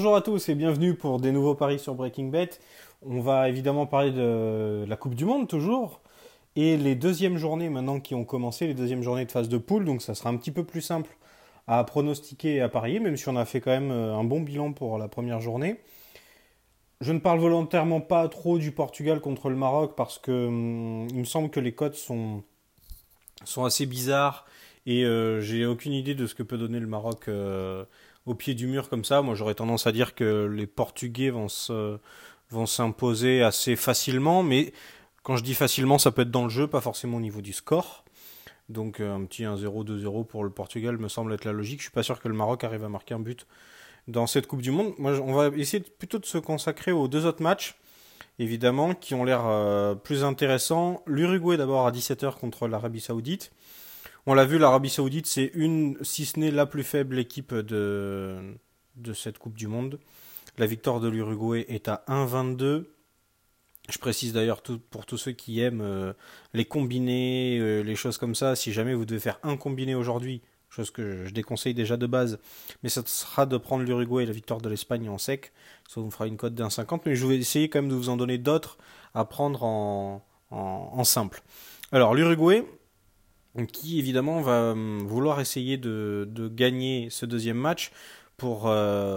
Bonjour à tous et bienvenue pour des nouveaux paris sur Breaking Bet. On va évidemment parler de la Coupe du Monde toujours et les deuxièmes journées maintenant qui ont commencé, les deuxièmes journées de phase de poule, donc ça sera un petit peu plus simple à pronostiquer et à parier, même si on a fait quand même un bon bilan pour la première journée. Je ne parle volontairement pas trop du Portugal contre le Maroc parce que il me semble que les cotes sont assez bizarres et j'ai aucune idée de ce que peut donner le Maroc au pied du mur comme ça. Moi j'aurais tendance à dire que les Portugais vont s'imposer assez facilement, mais quand je dis facilement ça peut être dans le jeu, pas forcément au niveau du score. Donc un petit 1-0, 2-0 pour le Portugal me semble être la logique. Je suis pas sûr que le Maroc arrive à marquer un but dans cette Coupe du Monde. Moi, on va essayer plutôt de se consacrer aux deux autres matchs, évidemment, qui ont l'air plus intéressants. L'Uruguay d'abord à 17h contre l'Arabie Saoudite. On l'a vu, l'Arabie Saoudite, c'est si ce n'est la plus faible équipe de cette Coupe du Monde. La victoire de l'Uruguay est à 1,22. Je précise d'ailleurs pour tous ceux qui aiment les combinés, les choses comme ça, si jamais vous devez faire un combiné aujourd'hui, chose que je déconseille déjà de base, mais ça sera de prendre l'Uruguay et la victoire de l'Espagne en sec, ça vous fera une cote d'1,50, mais je vais essayer quand même de vous en donner d'autres à prendre en simple. Alors l'Uruguay, qui évidemment va vouloir essayer de gagner ce deuxième match pour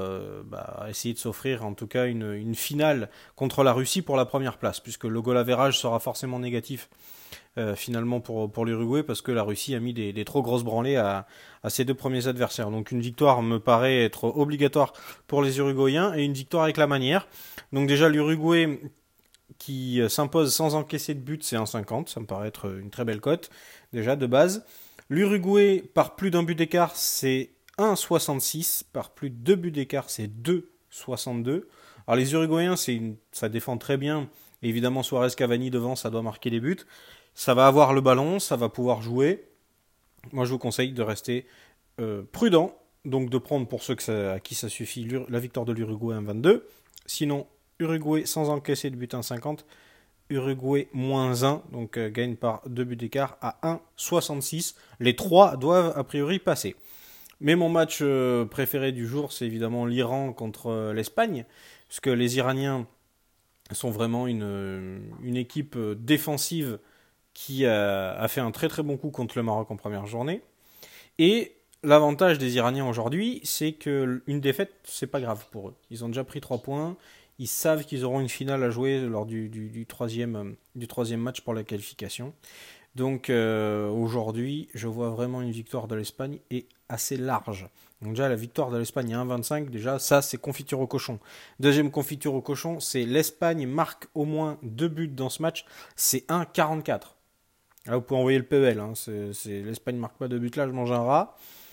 essayer de s'offrir en tout cas une finale contre la Russie pour la première place, puisque le goal average sera forcément négatif finalement pour l'Uruguay, parce que la Russie a mis des trop grosses branlées à ses deux premiers adversaires. Donc une victoire me paraît être obligatoire pour les Uruguayens, et une victoire avec la manière. Donc déjà l'Uruguay qui s'impose sans encaisser de but, c'est 1,50, ça me paraît être une très belle cote déjà de base. L'Uruguay par plus d'un but d'écart, c'est 1,66, par plus de 2 buts d'écart, c'est 2,62. Alors les Uruguayens, ça défend très bien. Évidemment, Suarez, Cavani devant, ça doit marquer les buts. Ça va avoir le ballon, ça va pouvoir jouer. Moi, je vous conseille de rester prudent, donc de prendre pour ceux à qui ça suffit la victoire de l'Uruguay 1,22. Sinon, Uruguay sans encaisser de but 1,50. Uruguay moins 1, donc gagne par 2 buts d'écart à 1,66. Les trois doivent a priori passer. Mais mon match préféré du jour, c'est évidemment l'Iran contre l'Espagne, puisque les Iraniens sont vraiment une équipe défensive qui a fait un très très bon coup contre le Maroc en première journée. Et l'avantage des Iraniens aujourd'hui, c'est qu'une défaite, c'est pas grave pour eux. Ils ont déjà pris 3 points, ils savent qu'ils auront une finale à jouer lors du troisième match pour la qualification. Donc aujourd'hui, je vois vraiment une victoire de l'Espagne et assez large. Donc déjà, la victoire de l'Espagne à 1,25, déjà, ça c'est confiture au cochon. Deuxième confiture au cochon, c'est l'Espagne marque au moins 2 buts dans ce match, c'est 1,44. Là, vous pouvez envoyer le PEL, hein. C'est l'Espagne marque pas 2 buts là, je mange un rat.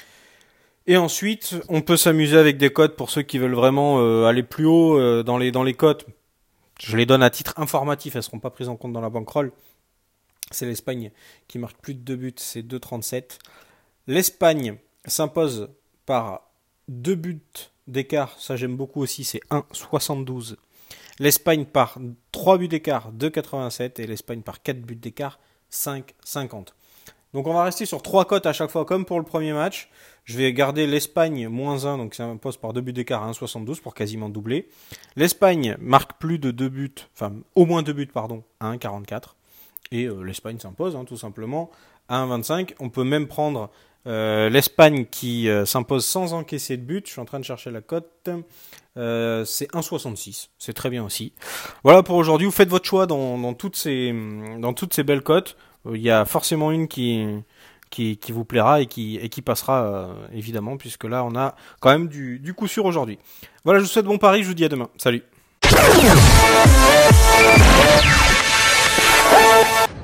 Et ensuite, on peut s'amuser avec des cotes pour ceux qui veulent vraiment aller plus haut dans les cotes. Je les donne à titre informatif, elles ne seront pas prises en compte dans la bankroll. C'est l'Espagne qui marque plus de 2 buts, c'est 2,37. L'Espagne s'impose par 2 buts d'écart, ça j'aime beaucoup aussi, c'est 1,72. L'Espagne par 3 buts d'écart, 2,87. Et l'Espagne par 4 buts d'écart, 5,50. Donc on va rester sur 3 cotes à chaque fois, comme pour le premier match. Je vais garder l'Espagne moins 1, donc ça m'impose par 2 buts d'écart à 1,72 pour quasiment doubler. L'Espagne marque plus de 2 buts, enfin au moins 2 buts, pardon, à 1,44. Et l'Espagne s'impose, tout simplement, à 1,25. On peut même prendre l'Espagne qui s'impose sans encaisser de but. Je suis en train de chercher la cote. C'est 1,66. C'est très bien aussi. Voilà pour aujourd'hui. Vous faites votre choix dans toutes ces belles cotes. Il y a forcément une qui vous plaira et qui passera, évidemment, puisque là, on a quand même du coup sûr aujourd'hui. Voilà, je vous souhaite bon pari. Je vous dis à demain. Salut.